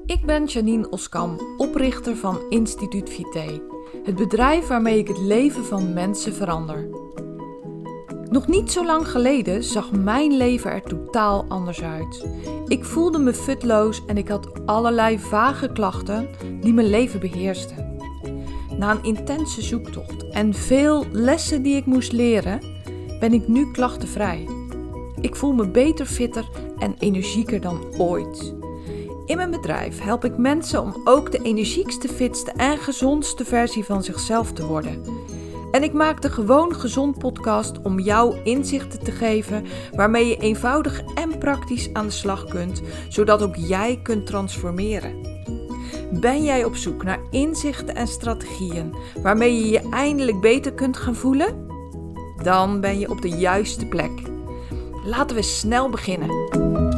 Ik ben Janine Oskam, oprichter van Instituut Vitae, het bedrijf waarmee ik het leven van mensen verander. Nog niet zo lang geleden zag mijn leven er totaal anders uit. Ik voelde me futloos en ik had allerlei vage klachten die mijn leven beheersten. Na een intense zoektocht en veel lessen die ik moest leren, ben ik nu klachtenvrij. Ik voel me beter, fitter en energieker dan ooit. In mijn bedrijf help ik mensen om ook de energiekste, fitste en gezondste versie van zichzelf te worden. En ik maak de Gewoon Gezond podcast om jou inzichten te geven waarmee je eenvoudig en praktisch aan de slag kunt, zodat ook jij kunt transformeren. Ben jij op zoek naar inzichten en strategieën waarmee je je eindelijk beter kunt gaan voelen? Dan ben je op de juiste plek. Laten we snel beginnen.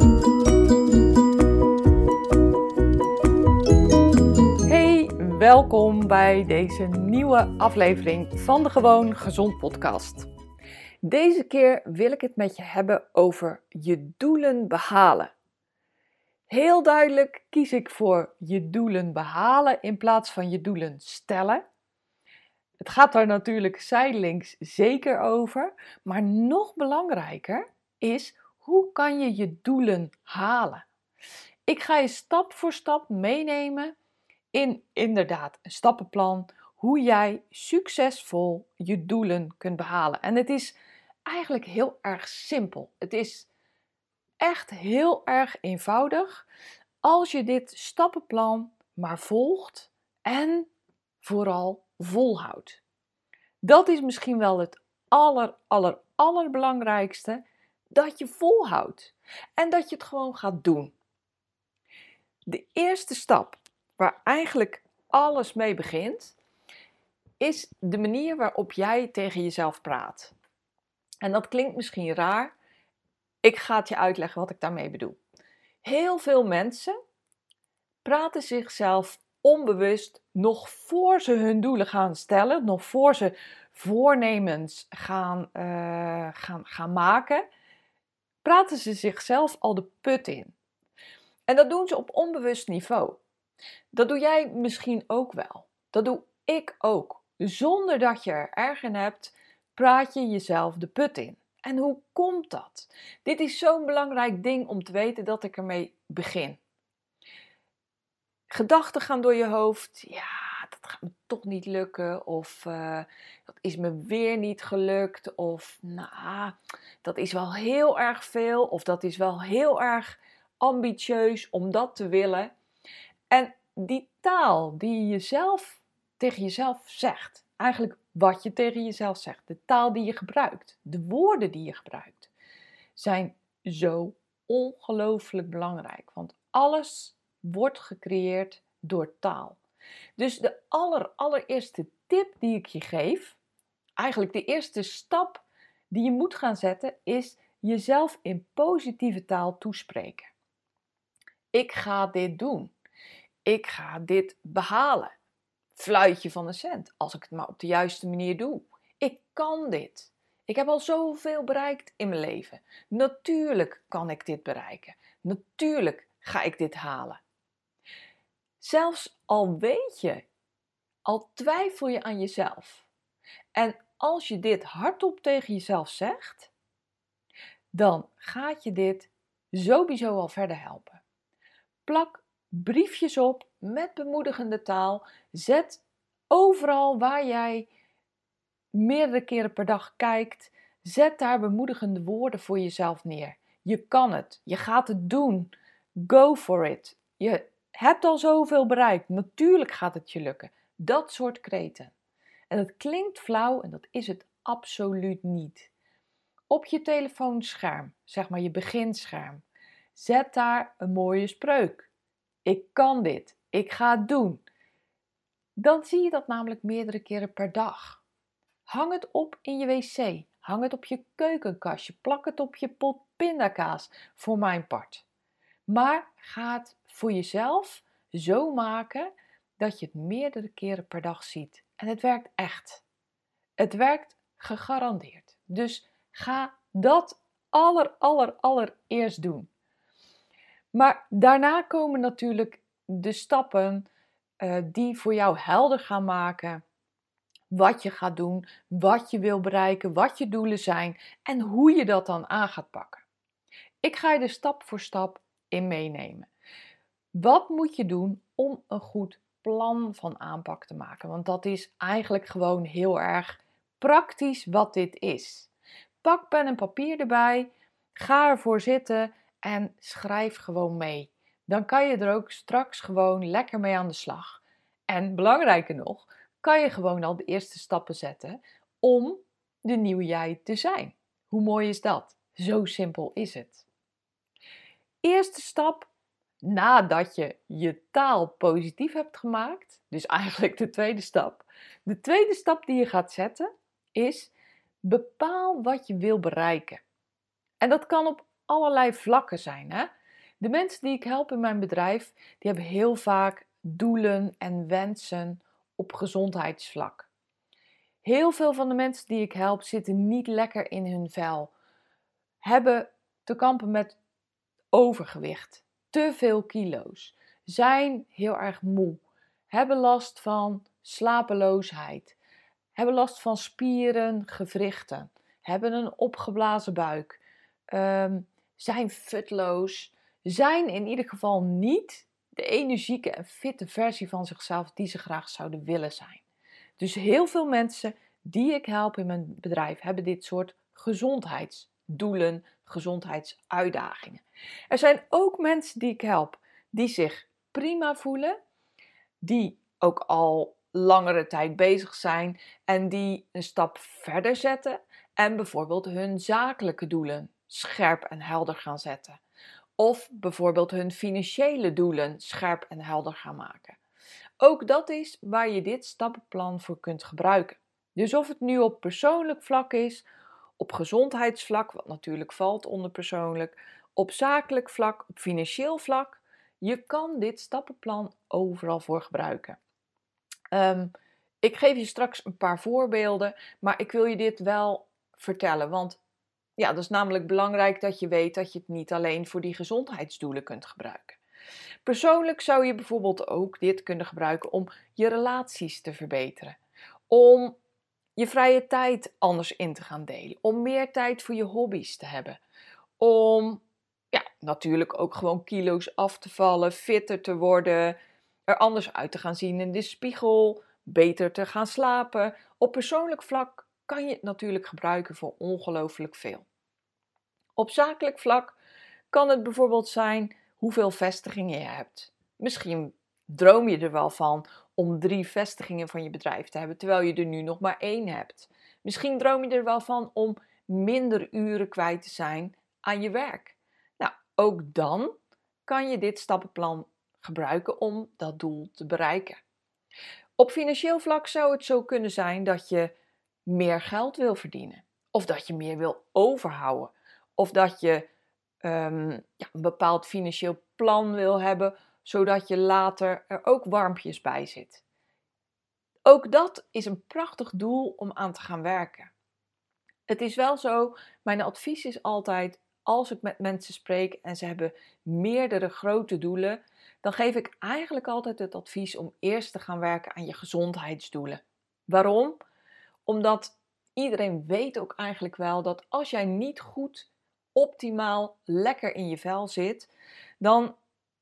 Welkom bij deze nieuwe aflevering van de Gewoon Gezond podcast. Deze keer wil ik het met je hebben over je doelen behalen. Heel duidelijk kies ik voor je doelen behalen in plaats van je doelen stellen. Het gaat daar natuurlijk zijdelings zeker over, maar nog belangrijker is hoe kan je je doelen halen? Ik ga je stap voor stap meenemen in inderdaad een stappenplan hoe jij succesvol je doelen kunt behalen. En het is eigenlijk heel erg simpel. Het is echt heel erg eenvoudig als je dit stappenplan maar volgt en vooral volhoudt. Dat is misschien wel het allerbelangrijkste, dat je volhoudt en dat je het gewoon gaat doen. De eerste stap waar eigenlijk alles mee begint, is de manier waarop jij tegen jezelf praat. En dat klinkt misschien raar. Ik ga het je uitleggen wat ik daarmee bedoel. Heel veel mensen praten zichzelf onbewust, nog voor ze hun doelen gaan stellen, nog voor ze voornemens gaan maken, praten ze zichzelf al de put in. En dat doen ze op onbewust niveau. Dat doe jij misschien ook wel. Dat doe ik ook. Zonder dat je er erg in hebt, praat je jezelf de put in. En hoe komt dat? Dit is zo'n belangrijk ding om te weten dat ik ermee begin. Gedachten gaan door je hoofd. Ja, dat gaat me toch niet lukken. Of dat is me weer niet gelukt. Of nou, dat is wel heel erg veel. Of dat is wel heel erg ambitieus om dat te willen. En die taal die je tegen jezelf zegt, eigenlijk wat je tegen jezelf zegt, de taal die je gebruikt, de woorden die je gebruikt, zijn zo ongelooflijk belangrijk. Want alles wordt gecreëerd door taal. Dus de allereerste tip die ik je geef, eigenlijk de eerste stap die je moet gaan zetten, is jezelf in positieve taal toespreken. Ik ga dit doen. Ik ga dit behalen. Fluitje van een cent, als ik het maar op de juiste manier doe. Ik kan dit. Ik heb al zoveel bereikt in mijn leven. Natuurlijk kan ik dit bereiken. Natuurlijk ga ik dit halen. Zelfs al weet je, al twijfel je aan jezelf. En als je dit hardop tegen jezelf zegt, dan gaat je dit sowieso al verder helpen. Plak briefjes op met bemoedigende taal. Zet overal waar jij meerdere keren per dag kijkt, zet daar bemoedigende woorden voor jezelf neer. Je kan het. Je gaat het doen. Go for it. Je hebt al zoveel bereikt. Natuurlijk gaat het je lukken. Dat soort kreten. En dat klinkt flauw en dat is het absoluut niet. Op je telefoonscherm, zeg maar je beginscherm, zet daar een mooie spreuk. Ik kan dit. Ik ga het doen. Dan zie je dat namelijk meerdere keren per dag. Hang het op in je wc. Hang het op je keukenkastje. Plak het op je pot pindakaas, voor mijn part. Maar ga het voor jezelf zo maken dat je het meerdere keren per dag ziet. En het werkt echt. Het werkt gegarandeerd. Dus ga dat allereerst doen. Maar daarna komen natuurlijk de stappen die voor jou helder gaan maken wat je gaat doen, wat je wil bereiken, wat je doelen zijn en hoe je dat dan aan gaat pakken. Ik ga je er stap voor stap in meenemen. Wat moet je doen om een goed plan van aanpak te maken? Want dat is eigenlijk gewoon heel erg praktisch wat dit is. Pak pen en papier erbij, ga ervoor zitten en schrijf gewoon mee. Dan kan je er ook straks gewoon lekker mee aan de slag. En belangrijker nog, kan je gewoon al de eerste stappen zetten om de nieuwe jij te zijn. Hoe mooi is dat? Zo simpel is het. Eerste stap, nadat je je taal positief hebt gemaakt, dus eigenlijk de tweede stap. De tweede stap die je gaat zetten is: bepaal wat je wil bereiken. En dat kan op allerlei vlakken zijn. Hè? De mensen die ik help in mijn bedrijf, die hebben heel vaak doelen en wensen op gezondheidsvlak. Heel veel van de mensen die ik help zitten niet lekker in hun vel, hebben te kampen met overgewicht, te veel kilo's, zijn heel erg moe, hebben last van slapeloosheid, hebben last van spieren, gewrichten, hebben een opgeblazen buik, zijn futloos, zijn in ieder geval niet de energieke en fitte versie van zichzelf die ze graag zouden willen zijn. Dus heel veel mensen die ik help in mijn bedrijf hebben dit soort gezondheidsdoelen, gezondheidsuitdagingen. Er zijn ook mensen die ik help die zich prima voelen, die ook al langere tijd bezig zijn en die een stap verder zetten en bijvoorbeeld hun zakelijke doelen scherp en helder gaan zetten. Of bijvoorbeeld hun financiële doelen scherp en helder gaan maken. Ook dat is waar je dit stappenplan voor kunt gebruiken. Dus of het nu op persoonlijk vlak is, op gezondheidsvlak, wat natuurlijk valt onder persoonlijk, op zakelijk vlak, op financieel vlak, je kan dit stappenplan overal voor gebruiken. Ik geef je straks een paar voorbeelden, maar ik wil je dit wel vertellen, want ja, dat is namelijk belangrijk dat je weet dat je het niet alleen voor die gezondheidsdoelen kunt gebruiken. Persoonlijk zou je bijvoorbeeld ook dit kunnen gebruiken om je relaties te verbeteren. Om je vrije tijd anders in te gaan delen. Om meer tijd voor je hobby's te hebben. Om natuurlijk ook gewoon kilo's af te vallen, fitter te worden, er anders uit te gaan zien in de spiegel, beter te gaan slapen. Op persoonlijk vlak kan je het natuurlijk gebruiken voor ongelooflijk veel. Op zakelijk vlak kan het bijvoorbeeld zijn hoeveel vestigingen je hebt. Misschien droom je er wel van om 3 vestigingen van je bedrijf te hebben, terwijl je er nu nog maar 1 hebt. Misschien droom je er wel van om minder uren kwijt te zijn aan je werk. Nou, ook dan kan je dit stappenplan gebruiken om dat doel te bereiken. Op financieel vlak zou het zo kunnen zijn dat je meer geld wil verdienen. Of dat je meer wil overhouden. Of dat je een bepaald financieel plan wil hebben, zodat je later er ook warmpjes bij zit. Ook dat is een prachtig doel om aan te gaan werken. Het is wel zo, mijn advies is altijd, als ik met mensen spreek en ze hebben meerdere grote doelen, dan geef ik eigenlijk altijd het advies om eerst te gaan werken aan je gezondheidsdoelen. Waarom? Omdat iedereen weet ook eigenlijk wel dat als jij niet goed, optimaal, lekker in je vel zit, dan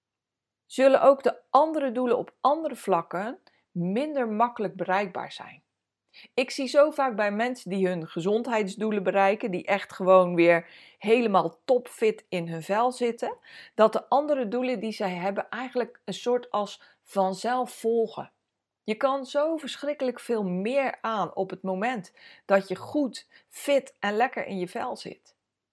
zullen ook de andere doelen op andere vlakken minder makkelijk bereikbaar zijn. Ik zie zo vaak bij mensen die hun gezondheidsdoelen bereiken, die echt gewoon weer helemaal topfit in hun vel zitten, dat de andere doelen die zij hebben eigenlijk een soort als vanzelf volgen. Je kan zo verschrikkelijk veel meer aan op het moment dat je goed, fit en lekker in je vel zit.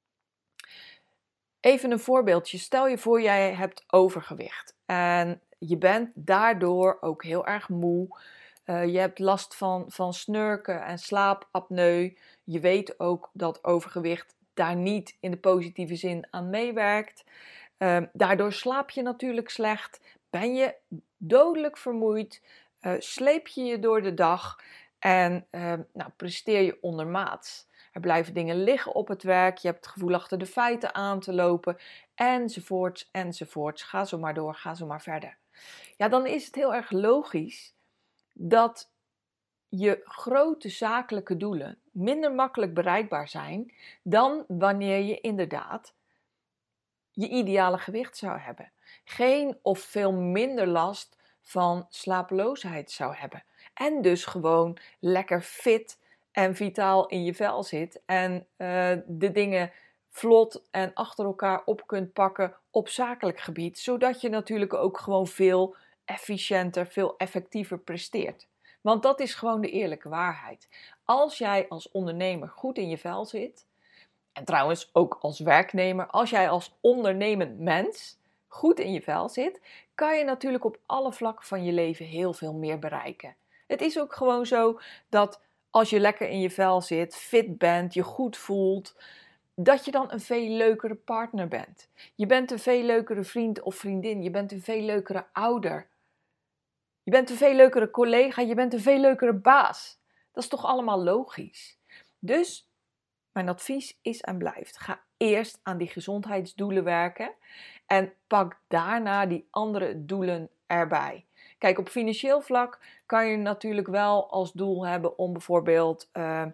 Even een voorbeeldje. Stel je voor jij hebt overgewicht en je bent daardoor ook heel erg moe. Je hebt last van snurken en slaapapneu. Je weet ook dat overgewicht daar niet in de positieve zin aan meewerkt. Daardoor slaap je natuurlijk slecht. Ben je dodelijk vermoeid. Sleep je je door de dag. En presteer je ondermaats. er blijven dingen liggen op het werk, je hebt het gevoel achter de feiten aan te lopen, enzovoorts, enzovoorts. Ga zo maar door, ga zo maar verder. Ja, dan is het heel erg logisch dat je grote zakelijke doelen minder makkelijk bereikbaar zijn dan wanneer je inderdaad je ideale gewicht zou hebben. Geen of veel minder last van slapeloosheid zou hebben. En dus gewoon lekker fit en vitaal in je vel zit en de dingen vlot en achter elkaar op kunt pakken op zakelijk gebied, zodat je natuurlijk ook gewoon veel efficiënter, veel effectiever presteert. Want dat is gewoon de eerlijke waarheid. Als jij als ondernemer goed in je vel zit, en trouwens ook als werknemer, als jij als ondernemend mens goed in je vel zit, kan je natuurlijk op alle vlakken van je leven heel veel meer bereiken. Het is ook gewoon zo dat als je lekker in je vel zit, fit bent, je goed voelt, dat je dan een veel leukere partner bent. Je bent een veel leukere vriend of vriendin, je bent een veel leukere ouder. Je bent een veel leukere collega, je bent een veel leukere baas. Dat is toch allemaal logisch? Dus mijn advies is en blijft: ga eerst aan die gezondheidsdoelen werken en pak daarna die andere doelen erbij. Kijk, op financieel vlak kan je natuurlijk wel als doel hebben om bijvoorbeeld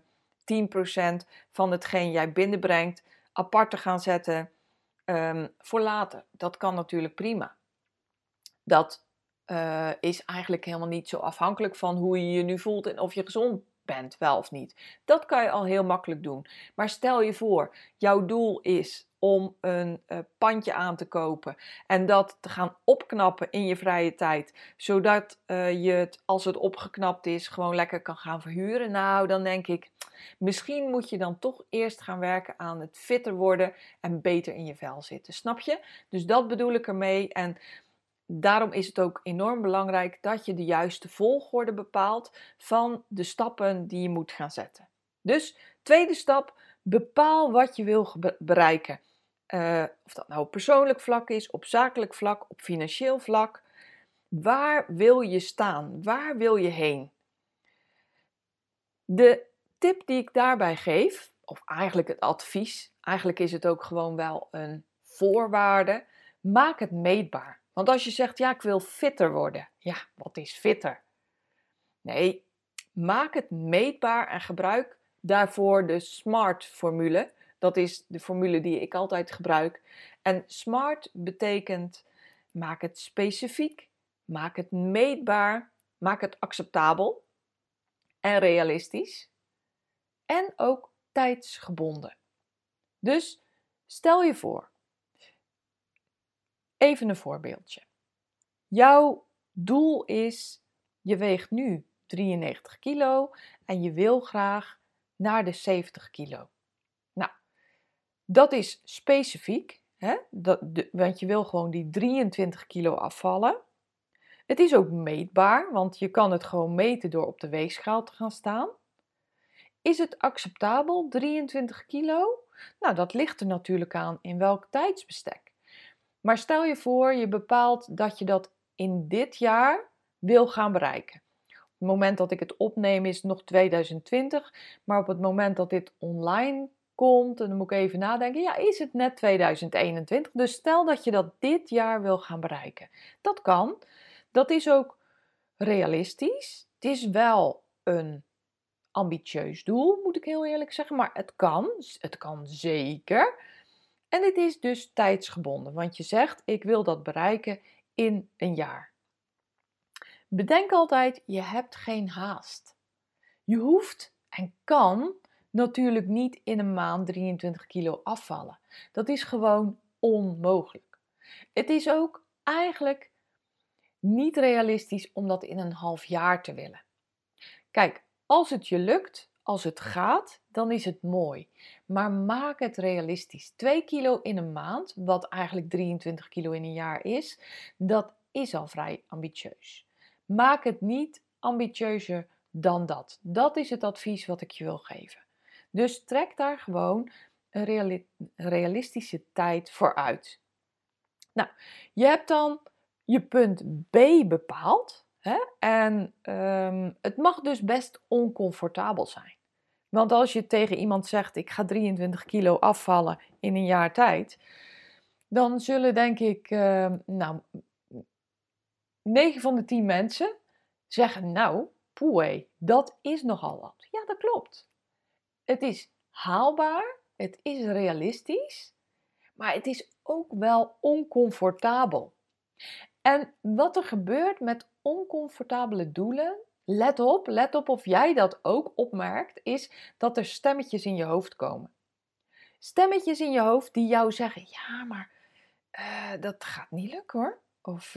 10% van hetgeen jij binnenbrengt apart te gaan zetten voor later. Dat kan natuurlijk prima. Dat is eigenlijk helemaal niet zo afhankelijk van hoe je je nu voelt en of je gezond bent, wel of niet. Dat kan je al heel makkelijk doen. Maar stel je voor, jouw doel is om een pandje aan te kopen en dat te gaan opknappen in je vrije tijd, zodat je het, als het opgeknapt is, gewoon lekker kan gaan verhuren. Nou, dan denk ik, misschien moet je dan toch eerst gaan werken aan het fitter worden en beter in je vel zitten. Snap je? Dus dat bedoel ik ermee. En daarom is het ook enorm belangrijk dat je de juiste volgorde bepaalt van de stappen die je moet gaan zetten. Dus, tweede stap, bepaal wat je wil bereiken. Of dat nou op persoonlijk vlak is, op zakelijk vlak, op financieel vlak. Waar wil je staan? Waar wil je heen? De tip die ik daarbij geef, of eigenlijk het advies, eigenlijk is het ook gewoon wel een voorwaarde, maak het meetbaar. Want als je zegt, ja, ik wil fitter worden. Ja, wat is fitter? Nee, maak het meetbaar en gebruik daarvoor de SMART-formule. Dat is de formule die ik altijd gebruik. En SMART betekent, maak het specifiek, maak het meetbaar, maak het acceptabel en realistisch. En ook tijdsgebonden. Dus stel je voor, even een voorbeeldje. Jouw doel is, je weegt nu 93 kilo en je wil graag naar de 70 kilo. Nou, dat is specifiek, hè? Want je wil gewoon die 23 kilo afvallen. Het is ook meetbaar, want je kan het gewoon meten door op de weegschaal te gaan staan. Is het acceptabel, 23 kilo? Nou, dat ligt er natuurlijk aan in welk tijdsbestek. Maar stel je voor, je bepaalt dat je dat in dit jaar wil gaan bereiken. Op het moment dat ik het opneem is het nog 2020, maar op het moment dat dit online komt, en dan moet ik even nadenken, ja, is het net 2021. Dus stel dat je dat dit jaar wil gaan bereiken. Dat kan. Dat is ook realistisch. Het is wel een ambitieus doel, moet ik heel eerlijk zeggen, maar het kan. Het kan zeker. En het is dus tijdsgebonden, want je zegt, ik wil dat bereiken in een jaar. Bedenk altijd, je hebt geen haast. Je hoeft en kan natuurlijk niet in een maand 23 kilo afvallen. Dat is gewoon onmogelijk. Het is ook eigenlijk niet realistisch om dat in een half jaar te willen. Kijk, als het je lukt, als het gaat, dan is het mooi. Maar maak het realistisch. 2 kilo in een maand, wat eigenlijk 23 kilo in een jaar is, dat is al vrij ambitieus. Maak het niet ambitieuzer dan dat. Dat is het advies wat ik je wil geven. Dus trek daar gewoon een realistische tijd voor uit. Nou, je hebt dan je punt B bepaald. Hè? En het mag dus best oncomfortabel zijn. Want als je tegen iemand zegt, ik ga 23 kilo afvallen in een jaar tijd, dan zullen denk ik, 9 van de 10 mensen zeggen, nou, poeh, dat is nogal wat. Ja, dat klopt. Het is haalbaar, het is realistisch, maar het is ook wel oncomfortabel. En wat er gebeurt met oncomfortabele doelen, let op of jij dat ook opmerkt, is dat er stemmetjes in je hoofd komen. Stemmetjes in je hoofd die jou zeggen, ja, maar dat gaat niet lukken hoor. Of,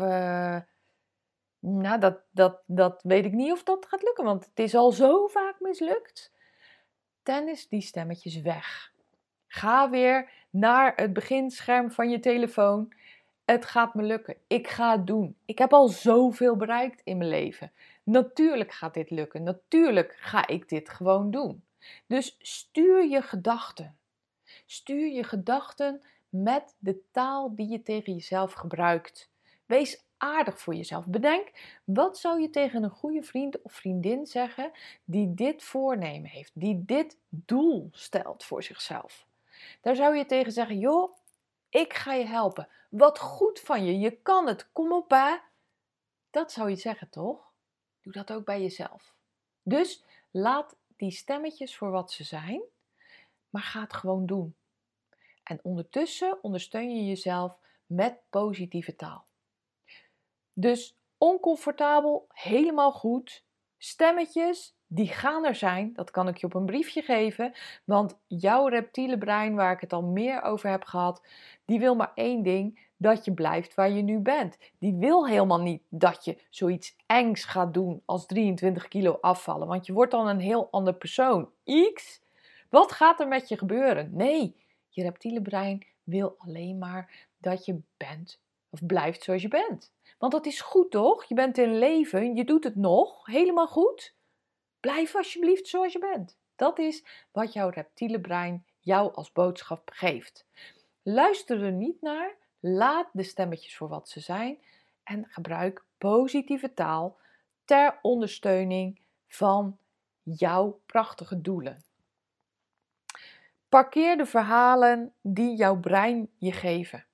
nou, dat weet ik niet of dat gaat lukken, want het is al zo vaak mislukt. Tennis die stemmetjes weg. Ga weer naar het beginscherm van je telefoon. Het gaat me lukken. Ik ga het doen. Ik heb al zoveel bereikt in mijn leven. Natuurlijk gaat dit lukken. Natuurlijk ga ik dit gewoon doen. Dus stuur je gedachten. Stuur je gedachten met de taal die je tegen jezelf gebruikt. Wees aardig voor jezelf. Bedenk, wat zou je tegen een goede vriend of vriendin zeggen die dit voornemen heeft, die dit doel stelt voor zichzelf? Daar zou je tegen zeggen, joh, ik ga je helpen. Wat goed van je, je kan het, kom op hè. Dat zou je zeggen, toch? Doe dat ook bij jezelf. Dus laat die stemmetjes voor wat ze zijn, maar ga het gewoon doen. En ondertussen ondersteun je jezelf met positieve taal. Dus oncomfortabel, helemaal goed. Stemmetjes, die gaan er zijn. Dat kan ik je op een briefje geven. Want jouw reptiele brein, waar ik het al meer over heb gehad, die wil maar één ding: dat je blijft waar je nu bent. Die wil helemaal niet dat je zoiets engs gaat doen als 23 kilo afvallen. Want je wordt dan een heel ander persoon. X, wat gaat er met je gebeuren? Nee, je reptiele brein wil alleen maar dat je bent of blijft zoals je bent. Want dat is goed toch? Je bent in leven, je doet het nog, helemaal goed. Blijf alsjeblieft zoals je bent. Dat is wat jouw reptiele brein jou als boodschap geeft. Luister er niet naar, laat de stemmetjes voor wat ze zijn en gebruik positieve taal ter ondersteuning van jouw prachtige doelen. Parkeer de verhalen die jouw brein je geven.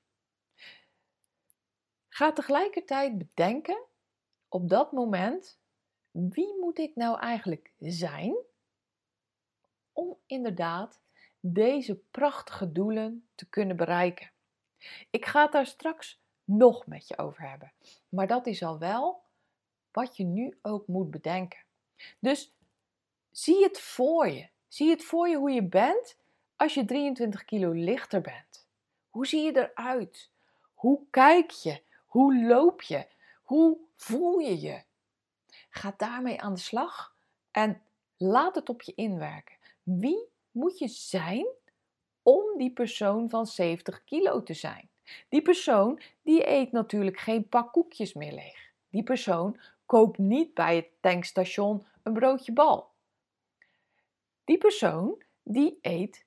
Ga tegelijkertijd bedenken op dat moment, wie moet ik nou eigenlijk zijn om inderdaad deze prachtige doelen te kunnen bereiken? Ik ga het daar straks nog met je over hebben, maar dat is al wel wat je nu ook moet bedenken. Dus zie het voor je. Zie het voor je hoe je bent als je 23 kilo lichter bent. Hoe zie je eruit? Hoe kijk je? Hoe loop je? Hoe voel je je? Ga daarmee aan de slag en laat het op je inwerken. Wie moet je zijn om die persoon van 70 kilo te zijn? Die persoon die eet natuurlijk geen pak koekjes meer leeg. Die persoon koopt niet bij het tankstation een broodje bal. Die persoon die eet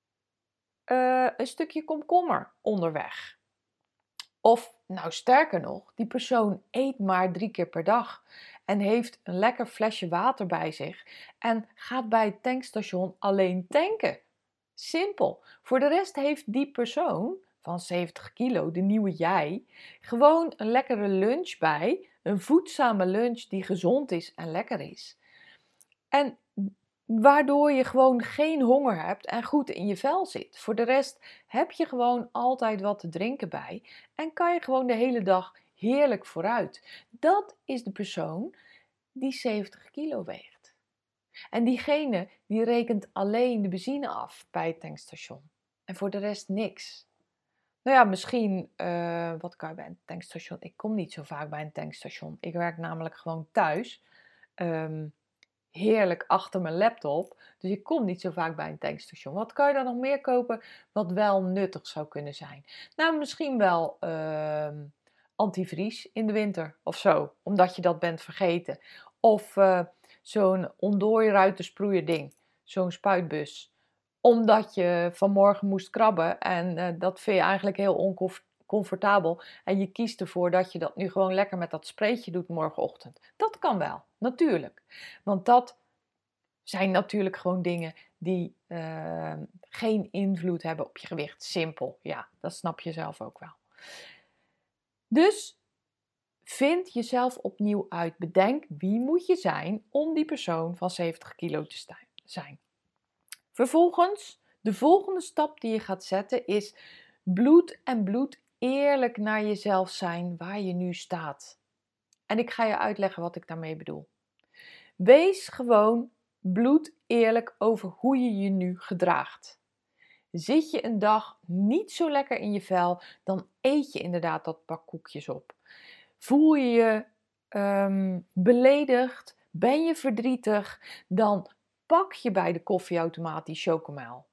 een stukje komkommer onderweg. Of, nou sterker nog, die persoon eet maar 3 keer per dag en heeft een lekker flesje water bij zich en gaat bij het tankstation alleen tanken. Simpel. Voor de rest heeft die persoon van 70 kilo, de nieuwe jij, gewoon een lekkere lunch bij, een voedzame lunch die gezond is en lekker is. En waardoor je gewoon geen honger hebt en goed in je vel zit. Voor de rest heb je gewoon altijd wat te drinken bij en kan je gewoon de hele dag heerlijk vooruit. Dat is de persoon die 70 kilo weegt. En diegene die rekent alleen de benzine af bij het tankstation. En voor de rest niks. Nou ja, misschien, wat kan je bij een tankstation? Ik kom niet zo vaak bij een tankstation. Ik werk namelijk gewoon thuis. Heerlijk achter mijn laptop. Dus ik kom niet zo vaak bij een tankstation. Wat kan je dan nog meer kopen wat wel nuttig zou kunnen zijn? Nou, misschien wel antivries in de winter of zo. Omdat je dat bent vergeten. Of zo'n ontdooiruitensproeier ding. Zo'n spuitbus. Omdat je vanmorgen moest krabben. En dat vind je eigenlijk heel oncomfortabel. En je kiest ervoor dat je dat nu gewoon lekker met dat spreetje doet morgenochtend. Dat kan wel, natuurlijk. Want dat zijn natuurlijk gewoon dingen die geen invloed hebben op je gewicht. Simpel, ja, dat snap je zelf ook wel. Dus vind jezelf opnieuw uit. Bedenk wie moet je zijn om die persoon van 70 kilo te zijn. Vervolgens, de volgende stap die je gaat zetten is bloed eerlijk naar jezelf zijn waar je nu staat. En ik ga je uitleggen wat ik daarmee bedoel. Wees gewoon bloed eerlijk over hoe je je nu gedraagt. Zit je een dag niet zo lekker in je vel, dan eet je inderdaad dat pak koekjes op. Voel je je beledigd, ben je verdrietig, dan pak je bij de koffieautomaat die chocomel.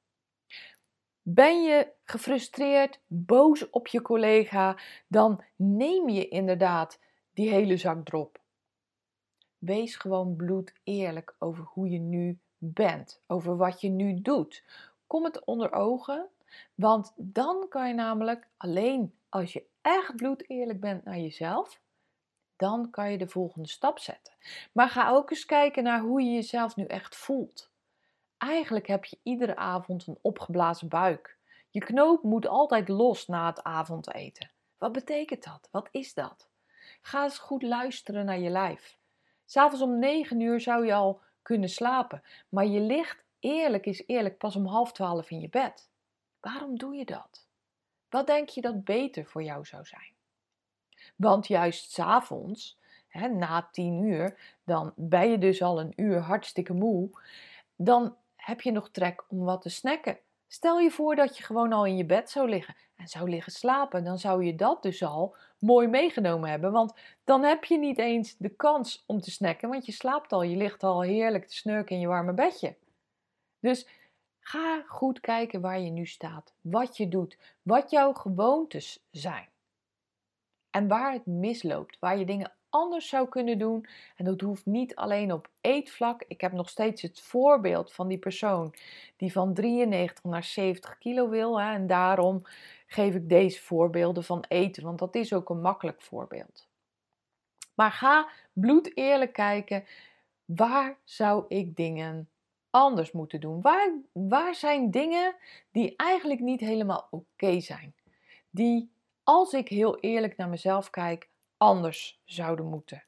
Ben je gefrustreerd, boos op je collega, dan neem je inderdaad die hele zak drop. Wees gewoon bloed eerlijk over hoe je nu bent, over wat je nu doet. Kom het onder ogen, want dan kan je namelijk alleen als je echt bloed eerlijk bent naar jezelf, dan kan je de volgende stap zetten. Maar ga ook eens kijken naar hoe je jezelf nu echt voelt. Eigenlijk heb je iedere avond een opgeblazen buik. Je knoop moet altijd los na het avondeten. Wat betekent dat? Wat is dat? Ga eens goed luisteren naar je lijf. 'S Avonds om 9 uur zou je al kunnen slapen, maar je ligt eerlijk is eerlijk pas om 11:30 in je bed. Waarom doe je dat? Wat denk je dat beter voor jou zou zijn? Want juist 's avonds, na 10 uur, dan ben je dus al een uur hartstikke moe. Dan heb je nog trek om wat te snacken. Stel je voor dat je gewoon al in je bed zou liggen en zou liggen slapen. Dan zou je dat dus al mooi meegenomen hebben. Want dan heb je niet eens de kans om te snacken. Want je slaapt al, je ligt al heerlijk te snurken in je warme bedje. Dus ga goed kijken waar je nu staat. Wat je doet. Wat jouw gewoontes zijn. En waar het misloopt, waar je dingen anders zou kunnen doen. En dat hoeft niet alleen op eetvlak. Ik heb nog steeds het voorbeeld van die persoon die van 93 naar 70 kilo wil. En daarom geef ik deze voorbeelden van eten, want dat is ook een makkelijk voorbeeld. Maar ga bloed eerlijk kijken, waar zou ik dingen anders moeten doen? Waar zijn dingen die eigenlijk niet helemaal oké zijn? Die, als ik heel eerlijk naar mezelf kijk, anders zouden moeten.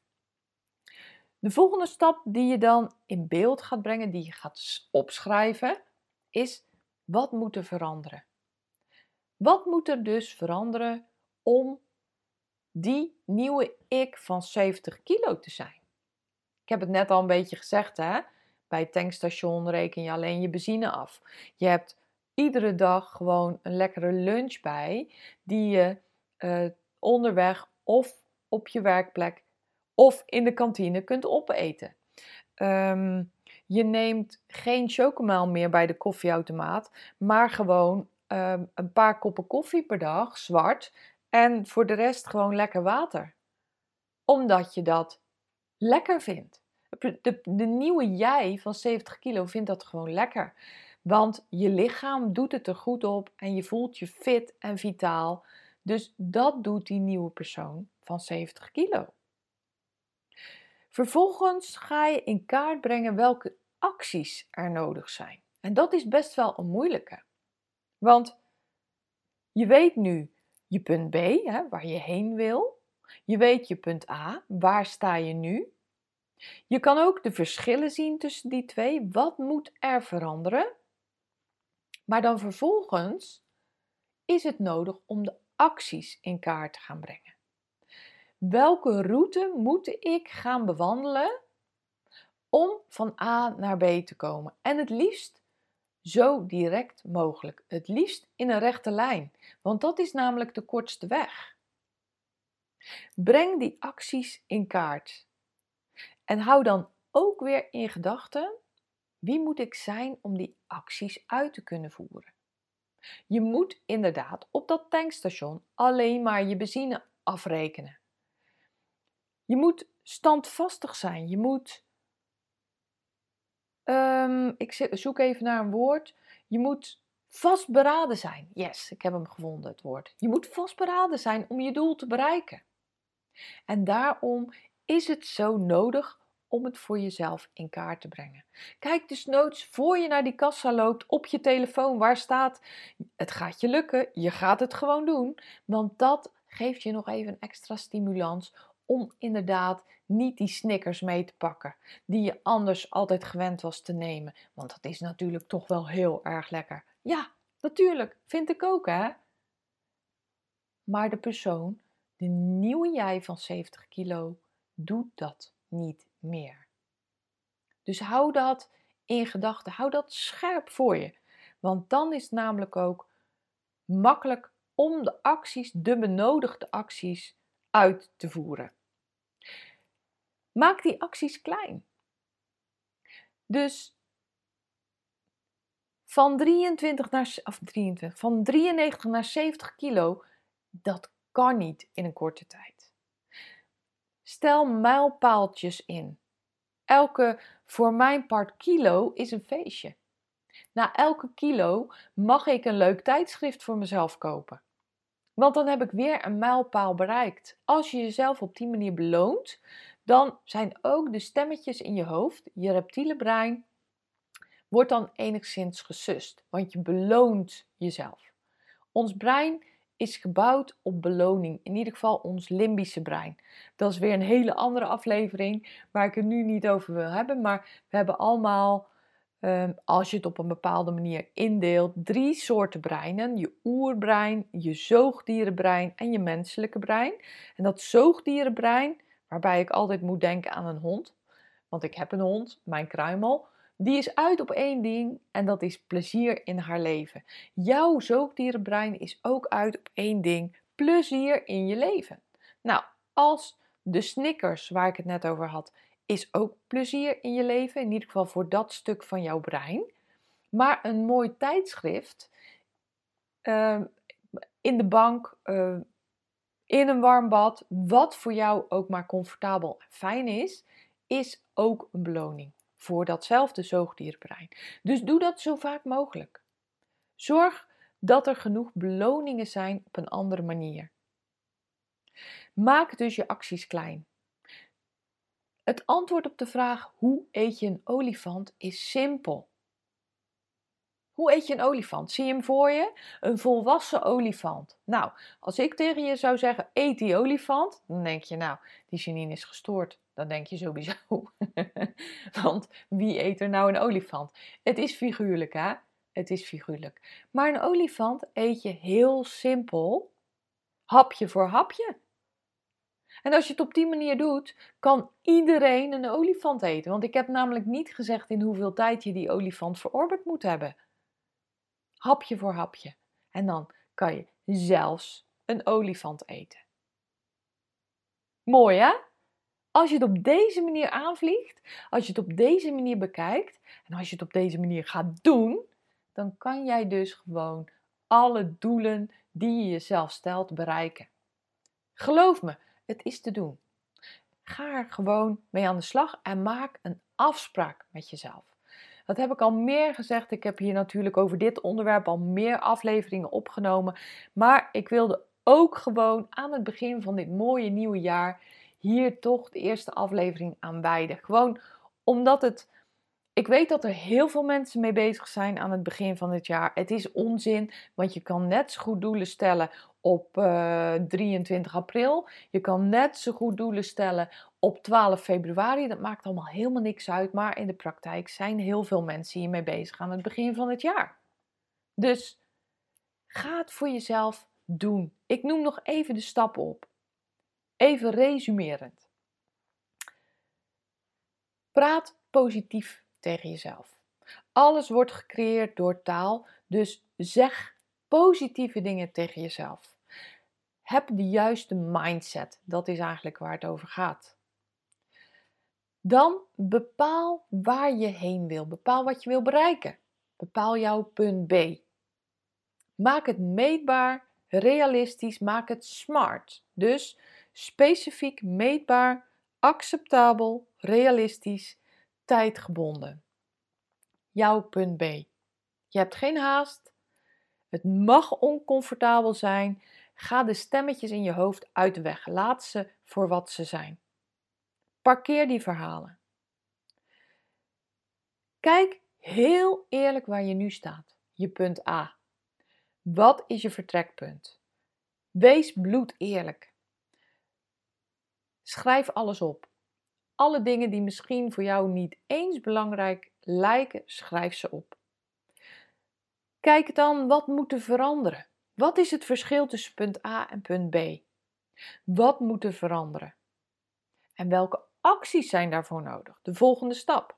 De volgende stap die je dan in beeld gaat brengen, die je gaat opschrijven, is wat moet er veranderen? Wat moet er dus veranderen om die nieuwe ik van 70 kilo te zijn? Ik heb het net al een beetje gezegd, hè? Bij het tankstation reken je alleen je benzine af. Je hebt iedere dag gewoon een lekkere lunch bij, die je onderweg of op je werkplek of in de kantine kunt opeten. Je neemt geen chocomel meer bij de koffieautomaat, maar gewoon een paar koppen koffie per dag, zwart, en voor de rest gewoon lekker water. Omdat je dat lekker vindt. De nieuwe jij van 70 kilo vindt dat gewoon lekker. Want je lichaam doet het er goed op en je voelt je fit en vitaal. Dus dat doet die nieuwe persoon van 70 kilo. Vervolgens ga je in kaart brengen welke acties er nodig zijn. En dat is best wel een moeilijke. Want je weet nu je punt B, waar je heen wil. Je weet je punt A, waar sta je nu? Je kan ook de verschillen zien tussen die twee. Wat moet er veranderen? Maar dan vervolgens is het nodig om de acties in kaart te gaan brengen. Welke route moet ik gaan bewandelen om van A naar B te komen? En het liefst zo direct mogelijk. Het liefst in een rechte lijn, want dat is namelijk de kortste weg. Breng die acties in kaart. En hou dan ook weer in gedachten, wie moet ik zijn om die acties uit te kunnen voeren? Je moet inderdaad op dat tankstation alleen maar je benzine afrekenen. Je moet standvastig zijn. Je moet, ik zoek even naar een woord. Je moet vastberaden zijn. Yes, ik heb hem gevonden, het woord. Je moet vastberaden zijn om je doel te bereiken. En daarom is het zo nodig om het voor jezelf in kaart te brengen. Kijk dus noods voor je naar die kassa loopt op je telefoon waar staat: het gaat je lukken, je gaat het gewoon doen. Want dat geeft je nog even een extra stimulans om inderdaad niet die Snickers mee te pakken die je anders altijd gewend was te nemen. Want dat is natuurlijk toch wel heel erg lekker. Ja, natuurlijk, vind ik ook hè. Maar de persoon, de nieuwe jij van 70 kilo, doet dat niet meer. Dus hou dat in gedachten, hou dat scherp voor je. Want dan is het namelijk ook makkelijk om de acties, de benodigde acties, uit te voeren. Maak die acties klein. Dus van 93 naar 70 kilo, dat kan niet in een korte tijd. Stel mijlpaaltjes in. Elke, voor mijn part, kilo is een feestje. Na elke kilo mag ik een leuk tijdschrift voor mezelf kopen. Want dan heb ik weer een mijlpaal bereikt. Als je jezelf op die manier beloont, dan zijn ook de stemmetjes in je hoofd, je reptiele brein, wordt dan enigszins gesust. Want je beloont jezelf. Ons brein is gebouwd op beloning. In ieder geval ons limbische brein. Dat is weer een hele andere aflevering waar ik het nu niet over wil hebben. Maar we hebben allemaal, als je het op een bepaalde manier indeelt, 3 soorten breinen. Je oerbrein, je zoogdierenbrein en je menselijke brein. En dat zoogdierenbrein, waarbij ik altijd moet denken aan een hond. Want ik heb een hond, mijn kruimel. Die is uit op één ding en dat is plezier in haar leven. Jouw zoogdierenbrein is ook uit op één ding: plezier in je leven. Nou, als de Snickers waar ik het net over had, is ook plezier in je leven. In ieder geval voor dat stuk van jouw brein. Maar een mooi tijdschrift in de bank, in een warm bad, wat voor jou ook maar comfortabel en fijn is ook een beloning voor datzelfde zoogdierenbrein. Dus doe dat zo vaak mogelijk. Zorg dat er genoeg beloningen zijn op een andere manier. Maak dus je acties klein. Het antwoord op de vraag hoe eet je een olifant is simpel. Hoe eet je een olifant? Zie je hem voor je? Een volwassen olifant. Nou, als ik tegen je zou zeggen, eet die olifant, dan denk je, nou, die Janine is gestoord. Dan denk je sowieso. Want wie eet er nou een olifant? Het is figuurlijk, hè? Het is figuurlijk. Maar een olifant eet je heel simpel, hapje voor hapje. En als je het op die manier doet, kan iedereen een olifant eten. Want ik heb namelijk niet gezegd in hoeveel tijd je die olifant verorberd moet hebben. Hapje voor hapje. En dan kan je zelfs een olifant eten. Mooi hè? Als je het op deze manier aanvliegt, als je het op deze manier bekijkt en als je het op deze manier gaat doen, dan kan jij dus gewoon alle doelen die je jezelf stelt bereiken. Geloof me, het is te doen. Ga er gewoon mee aan de slag en maak een afspraak met jezelf. Dat heb ik al meer gezegd. Ik heb hier natuurlijk over dit onderwerp al meer afleveringen opgenomen. Maar ik wilde ook gewoon aan het begin van dit mooie nieuwe jaar hier toch de eerste aflevering aan wijden. Gewoon omdat ik weet dat er heel veel mensen mee bezig zijn aan het begin van het jaar. Het is onzin, want je kan net zo goed doelen stellen op 23 april. Je kan net zo goed doelen stellen op 12 februari. Dat maakt allemaal helemaal niks uit. Maar in de praktijk zijn heel veel mensen hiermee bezig aan het begin van het jaar. Dus ga het voor jezelf doen. Ik noem nog even de stappen op. Even resumerend. Praat positief tegen jezelf. Alles wordt gecreëerd door taal, dus zeg positieve dingen tegen jezelf. Heb de juiste mindset, dat is eigenlijk waar het over gaat. Dan bepaal waar je heen wil, bepaal wat je wil bereiken. Bepaal jouw punt B. Maak het meetbaar, realistisch, maak het smart. Dus specifiek, meetbaar, acceptabel, realistisch, tijdgebonden. Jouw punt B. Je hebt geen haast. Het mag oncomfortabel zijn. Ga de stemmetjes in je hoofd uit de weg. Laat ze voor wat ze zijn. Parkeer die verhalen. Kijk heel eerlijk waar je nu staat. Je punt A. Wat is je vertrekpunt? Wees bloedeerlijk. Schrijf alles op. Alle dingen die misschien voor jou niet eens belangrijk lijken, schrijf ze op. Kijk dan, wat moet er veranderen? Wat is het verschil tussen punt A en punt B? Wat moet er veranderen? En welke acties zijn daarvoor nodig? De volgende stap.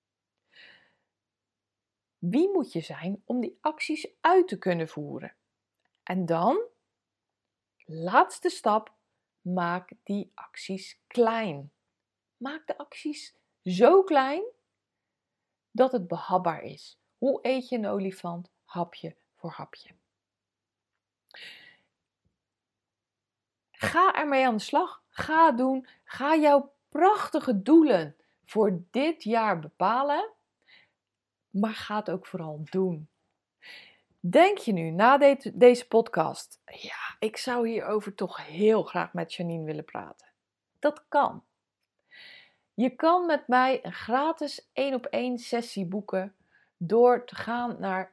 Wie moet je zijn om die acties uit te kunnen voeren? En dan, laatste stap, maak die acties klein. Maak de acties zo klein dat het behapbaar is. Hoe eet je een olifant? Hapje voor hapje. Ga ermee aan de slag. Ga doen. Ga jouw prachtige doelen voor dit jaar bepalen. Maar ga het ook vooral doen. Denk je nu na deze podcast, ja, ik zou hierover toch heel graag met Janine willen praten. Dat kan. Je kan met mij een gratis 1-op-1 sessie boeken door te gaan naar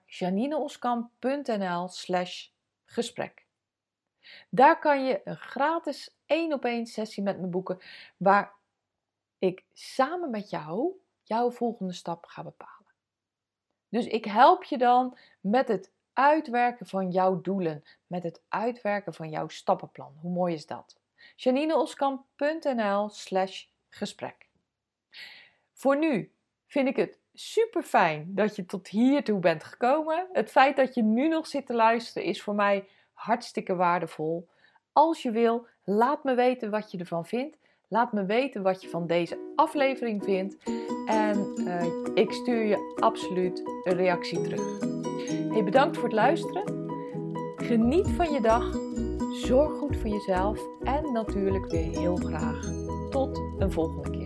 janineoskamp.nl/gesprek. Daar kan je een gratis 1-op-1 sessie met me boeken waar ik samen met jou jouw volgende stap ga bepalen. Dus ik help je dan met het uitwerken van jouw doelen, met het uitwerken van jouw stappenplan. Hoe mooi is dat? janineoskamp.nl/gesprek. Voor nu vind ik het super fijn dat je tot hiertoe bent gekomen. Het feit dat je nu nog zit te luisteren is voor mij hartstikke waardevol. Als je wil, laat me weten wat je ervan vindt. Laat me weten wat je van deze aflevering vindt. En ik stuur je absoluut een reactie terug. Hey, bedankt voor het luisteren. Geniet van je dag. Zorg goed voor jezelf. En natuurlijk weer heel graag tot een volgende keer.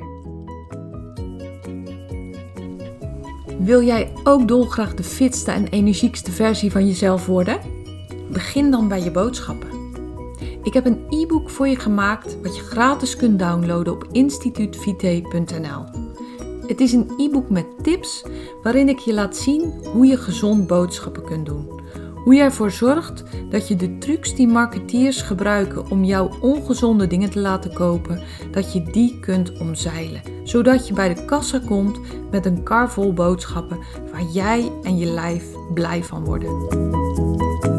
Wil jij ook dolgraag de fitste en energiekste versie van jezelf worden? Begin dan bij je boodschappen. Ik heb een e-book voor je gemaakt wat je gratis kunt downloaden op instituutvite.nl. Het is een e-book met tips waarin ik je laat zien hoe je gezond boodschappen kunt doen. Hoe je ervoor zorgt dat je de trucs die marketeers gebruiken om jouw ongezonde dingen te laten kopen, dat je die kunt omzeilen. Zodat je bij de kassa komt met een kar vol boodschappen waar jij en je lijf blij van worden.